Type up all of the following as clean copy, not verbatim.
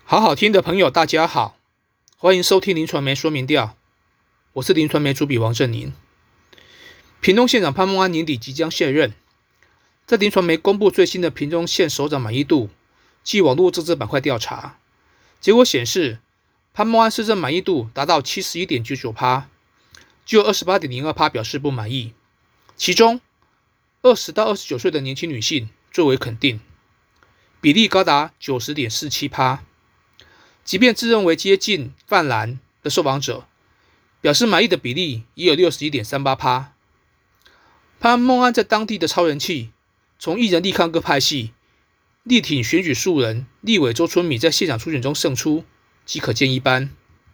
好好听的朋友，大家好，欢迎收听林传媒说明调，我是林传媒主笔王正宁。屏东县长潘孟安年底即将卸任，在林传媒公布最新的屏东县首长满意度暨网络政治板块调查，结果显示潘孟安施政满意度达到 71.99%， 只有 28.02% 表示不满意，其中20到29岁的年轻女性最为肯定，比例高达 90.47%。即便自认为接近泛蓝的受访者，表示满意的比例也有 61.38%。潘孟安在当地的超人气，从艺人力抗各派系力挺选举素人立委周春米在县长初选中胜出，即可见一斑。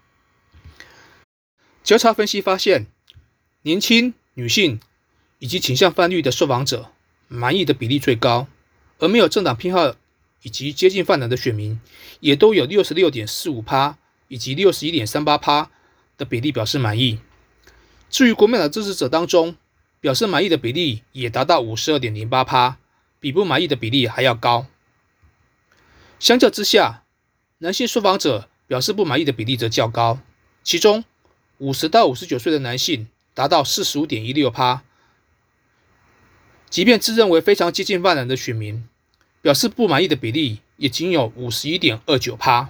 交叉分析发现，年轻、女性以及倾向泛绿的受访者满意的比例最高，而没有政党偏好以及接近泛蓝的选民也都有 66.45% 以及 61.38% 的比例表示满意。至于国民党支持者当中，表示满意的比例也达到 52.08%， 比不满意的比例还要高。相较之下，男性受访者表示不满意的比例则较高，其中50到59岁的男性达到 45.16%， 即便自认为非常接近泛蓝的选民，表示不满意的比例也仅有 51.29%。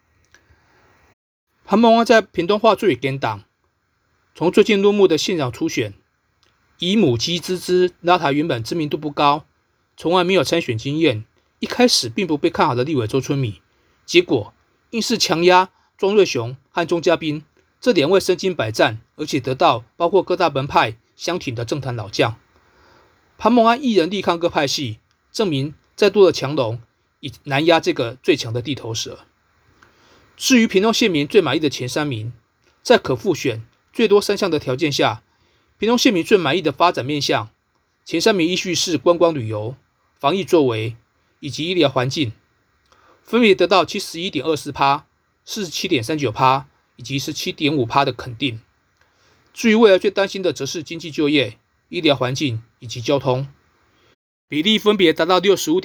潘孟安在屏东话最跟党，从最近落幕的县长初选，以母鸡之姿拉抬原本知名度不高、从来没有参选经验、一开始并不被看好的立委周春米，结果硬是强压庄瑞雄和钟嘉宾这两位身经百战，而且得到包括各大门派相挺的政坛老将。潘孟安一人力抗各派系，证明再多的强龙已难压这个最强的地头蛇。至于屏东县民最满意的前3名，在可复选最多3项的条件下，屏东县民最满意的发展面向，前3名依序是观光旅游、防疫作为以及医疗环境，分别得到 71.24%、47.39% 以及 17.5% 的肯定。至于未来最担心的则是经济就业、医疗环境以及交通，比例分别达到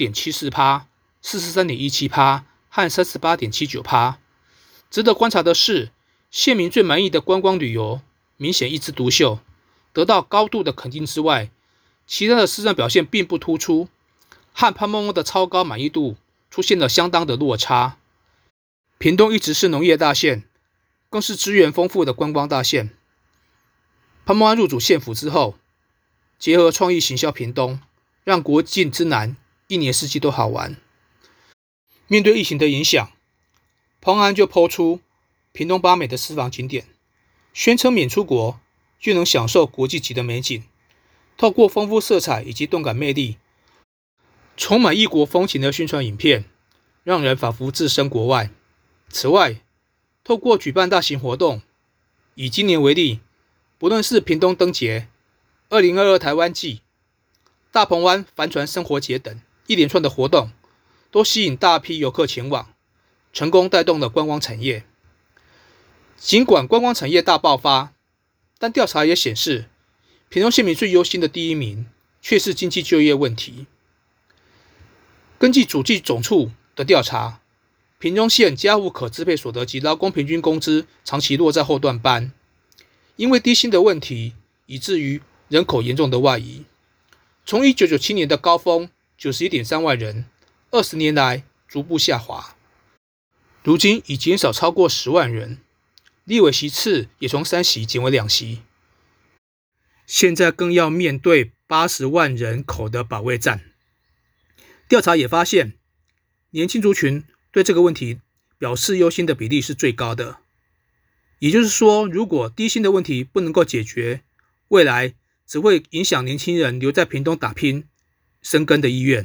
65.74%、43.17% 和 38.79%。 值得观察的是，县民最满意的观光旅游明显一枝独秀，得到高度的肯定之外，其他的施政表现并不突出，和潘孟安的超高满意度出现了相当的落差。屏东一直是农业大县，更是资源丰富的观光大县。潘孟安入主县府之后，结合创意行销屏东，让国境之南一年四季都好玩。面对疫情的影响，潘孟安就抛出屏东8美的私房景点，宣称免出国就能享受国际级的美景，透过丰富色彩以及动感魅力，充满异国风情的宣传影片，让人仿佛置身国外。此外，透过举办大型活动，以今年为例，不论是屏东灯节、2022台湾季、大鹏湾帆船生活节等一连串的活动，都吸引大批游客前往，成功带动了观光产业。尽管观光产业大爆发，但调查也显示，屏东县民最忧心的第一名却是经济就业问题。根据主计总处的调查，屏东县家户可支配所得及劳工平均工资长期落在后段班，因为低薪的问题，以至于人口严重的外移。从1997年的高峰 91.3 万人，20年来逐步下滑，如今已减少超过10万人，立委席次也从3席减为2席，现在更要面对80万人口的保卫战。调查也发现，年轻族群对这个问题表示忧心的比例是最高的。也就是说，如果低薪的问题不能够解决，未来只会影响年轻人留在屏东打拼、生根的意愿。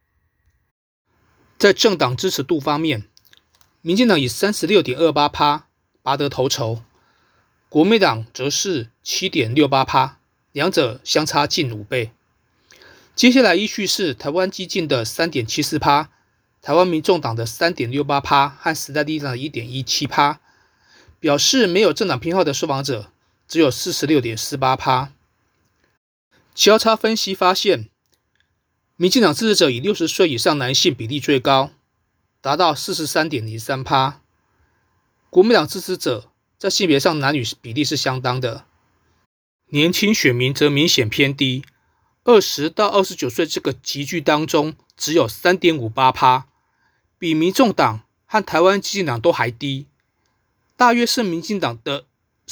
在政党支持度方面，民进党以 36.28% 拔得头筹，国民党则是 7.68%， 两者相差近5倍。接下来依序是台湾基进的 3.74%、台湾民众党的 3.68% 和时代力量的 1.17%， 表示没有政党偏好的受访者只有 46.48%。 交叉分析发现，民进党支持者以60岁以上男性比例最高， 达到 43.03%。国民党支持者在性别上男女比例是相当的，年轻选民则明显偏低，20到29岁这个集聚当中只有 3.58%， 比民众党和台湾基进党都还低，大约是民进党的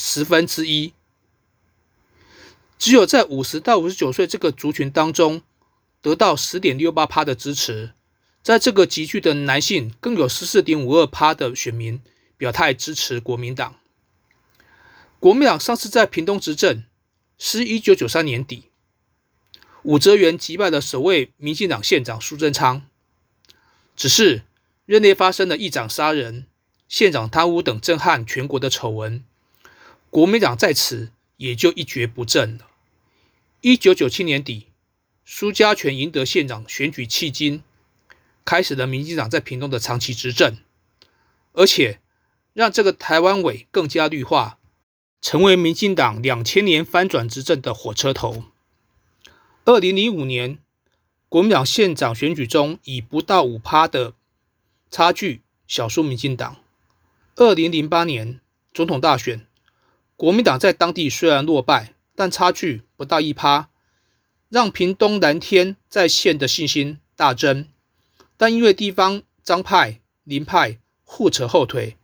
1/10。只有在50到59岁这个族群当中得到 10.68% 的支持，在这个集聚的男性更有 14.52% 的选民表态支持国民党。国民党上次在屏东执政是1993年底，武则元击败了首位民进党县长苏贞昌，只是任内发生了议长杀人、县长贪污等震撼全国的丑闻，国民党在此也就一蹶不振了。1997年底，苏家全赢得县长选举迄今，开始了民进党在屏东的长期执政，而且让这个台湾尾更加绿化，成为民进党2000年翻转执政的火车头。2005年，国民党县长选举中以不到 5% 的差距小输民进党。2008年总统大选，国民党在当地虽然落败，但差距不到 1%， 让屏东蓝天在县的信心大增。但因为地方张派、林派互扯后腿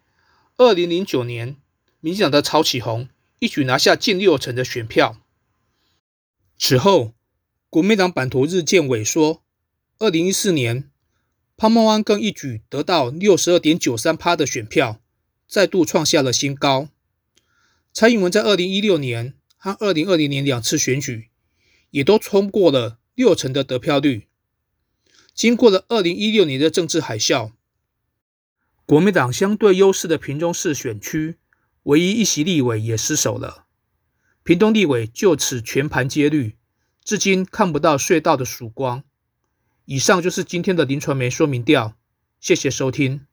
，2009年民进党的曹启宏一举拿下近60%的选票。此后，国民党版图日渐萎缩。2014年，潘孟安更一举得到 62.93% 的选票，再度创下了新高。蔡英文在2016年和2020年2次选举，也都冲过了60%的得票率。经过了2016年的政治海啸，国民党相对优势的屏中市选区，唯一一席立委也失守了。屏东立委就此全盘皆绿，至今看不到隧道的曙光。以上就是今天的林传媒说明调，谢谢收听。